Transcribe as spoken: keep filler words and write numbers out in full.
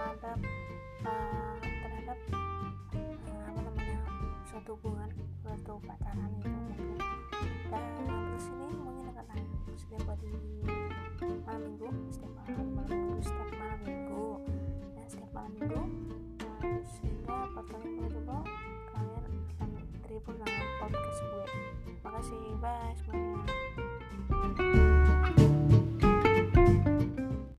terhadap uh, terhadap uh, apa namanya suatu hubungan, suatu pacaran itu mungkin. Dan terus ini mungkin akan tayang setiap hari malam minggu, setiap malam malam minggu, setiap malam minggu, dan setiap malam minggu. Nah, sehingga buat kalian yang coba, kalian akan terhibur dengan podcast gue. Makasih, bye semuanya.